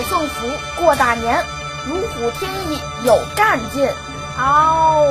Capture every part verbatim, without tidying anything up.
送福过大年，如虎添翼有干劲。嗷！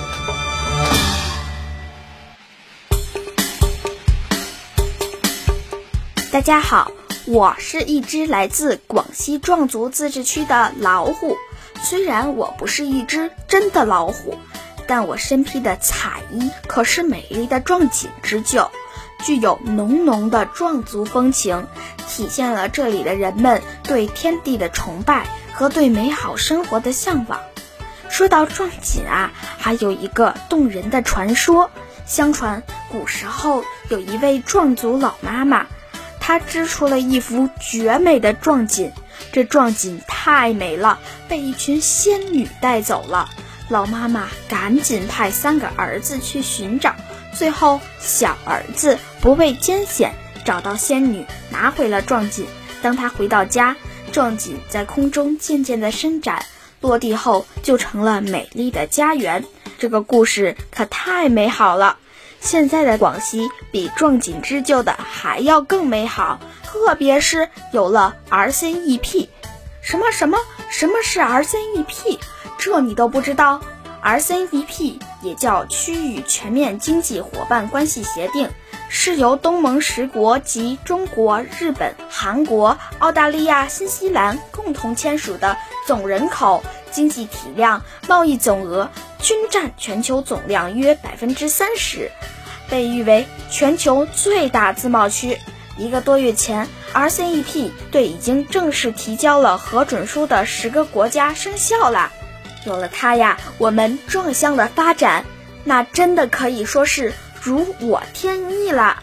大家好，我是一只来自广西壮族自治区的老虎。虽然我不是一只真的老虎，但我身披的彩衣可是美丽的壮锦织就，具有浓浓的壮族风情，体现了这里的人们对天地的崇拜和对美好生活的向往。说到壮锦啊，还有一个动人的传说。相传古时候有一位壮族老妈妈，她织出了一幅绝美的壮锦，这壮锦太美了，被一群仙女带走了。老妈妈赶紧派三个儿子去寻找，最后小儿子不畏艰险，找到仙女，拿回了壮锦。当他回到家，壮锦在空中渐渐地伸展，落地后就成了美丽的家园。这个故事可太美好了。现在的广西比壮锦织就的还要更美好，特别是有了 R C E P。 什么什么什么是 R C E P？ 这你都不知道？ R C E P 也叫区域全面经济伙伴关系协定，是由东盟十国及中国、日本、韩国、澳大利亚、新西兰共同签署的，总人口、经济体量、贸易总额均占全球总量约 百分之三十， 被誉为全球最大自贸区。一个多月前， R C E P 对已经正式提交了核准书的十个国家生效了。有了它呀，我们壮乡的发展那真的可以说是如我添翼了。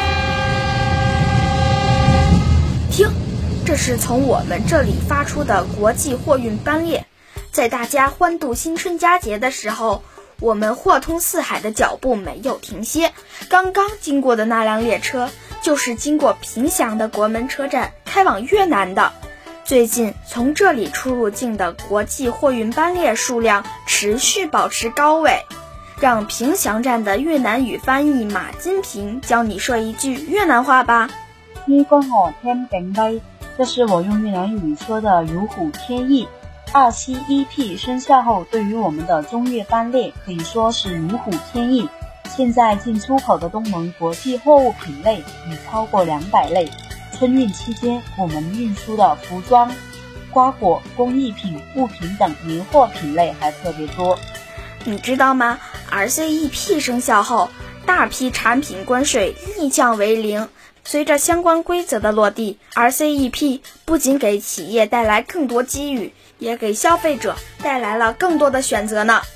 听，这是从我们这里发出的国际货运班列。在大家欢度新春佳节的时候，我们货通四海的脚步没有停歇。刚刚经过的那辆列车就是经过凭祥的国门车站开往越南的。最近从这里出入境的国际货运班列数量持续保持高位。让凭祥站的越南语翻译马金平教你说一句越南话吧。 呢個我聽定低，這是我用越南語說的如虎添翼。R C E P 生效後，對於我們的中越班列可以說是如虎添翼。現在進出口的東盟國際貨物品類已超過兩百類。春運期間，我們運輸的服裝、瓜果、工藝品、物品等年貨品類還特別多。 你知道嗎？ R C E P 生效後，大批產品關稅立降為零。隨着相關規則的落地， R C E P 不僅給企業帶來更多機遇，也給消費者帶來了更多的選擇呢。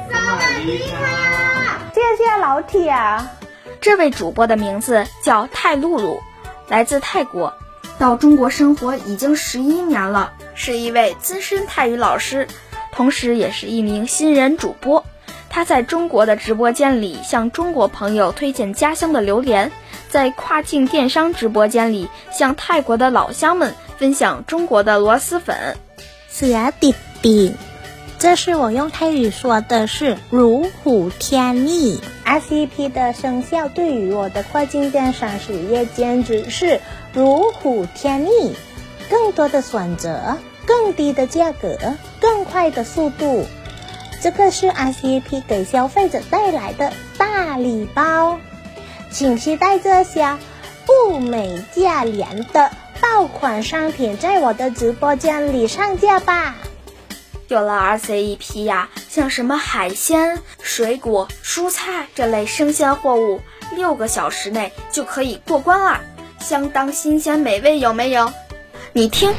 謝謝老鐵。 這位主播的名字叫泰露露，來自泰國，到中國生活已經十一年了，是一位資深泰語老師，同時也是一名新人主播。他在中國的直播間裡向中國朋友推薦家鄉的榴蓮，在跨境電商直播間裡向泰國的老鄉們分享中國的螺螄粉。 小弟弟，這是我用泰語說的是如虎添翼。 R C E P 的生效對於我的跨境電商事業簡直是如虎添翼，更多的選擇，更低的價格，更快的速度，這個是 R C E P 給消費者帶來的大禮包。請期待這些物美價廉的爆款商品在我的直播間裡上架吧。 有了 R C E P 呀，像什麼海鮮、水果、蔬菜這類生鮮貨物，六個小時內就可以過關啦，相當新鮮美味，有沒有？你聽，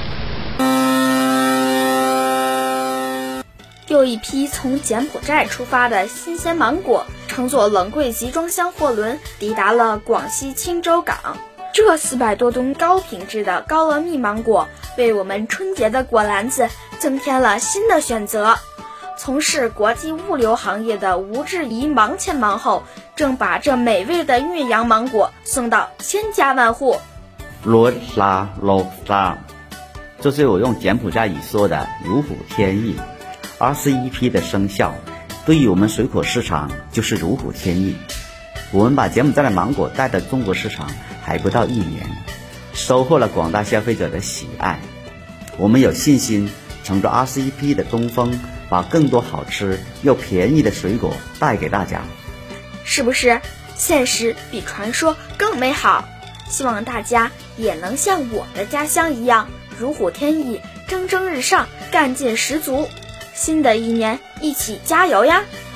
又一批從柬埔寨出發的新鮮芒果，乘坐冷櫃集裝箱貨輪抵達了廣西钦州港。這四百多噸高品質的高峨蜜芒果，為我們春節的果籃子增添了新的選擇。從事國際物流行業的吳志怡忙前忙後，正把這美味的岳陽芒果送到千家萬戶。 羅沙羅沙，這是我用柬埔寨語說的如虎添翼。R C E P 的生效，對於我們水果市場就是如虎添翼。我們把柬埔寨的芒果帶到中國市場還不到一年，收穫了廣大消費者的喜愛。 我们有信心乘着 R C E P 的东风，把更多好吃又便宜的水果带给大家。 是不是现实比传说更美好？希望大家也能像我的家乡一样如虎添翼，蒸蒸日上，干劲十足。新的一年一起加油呀！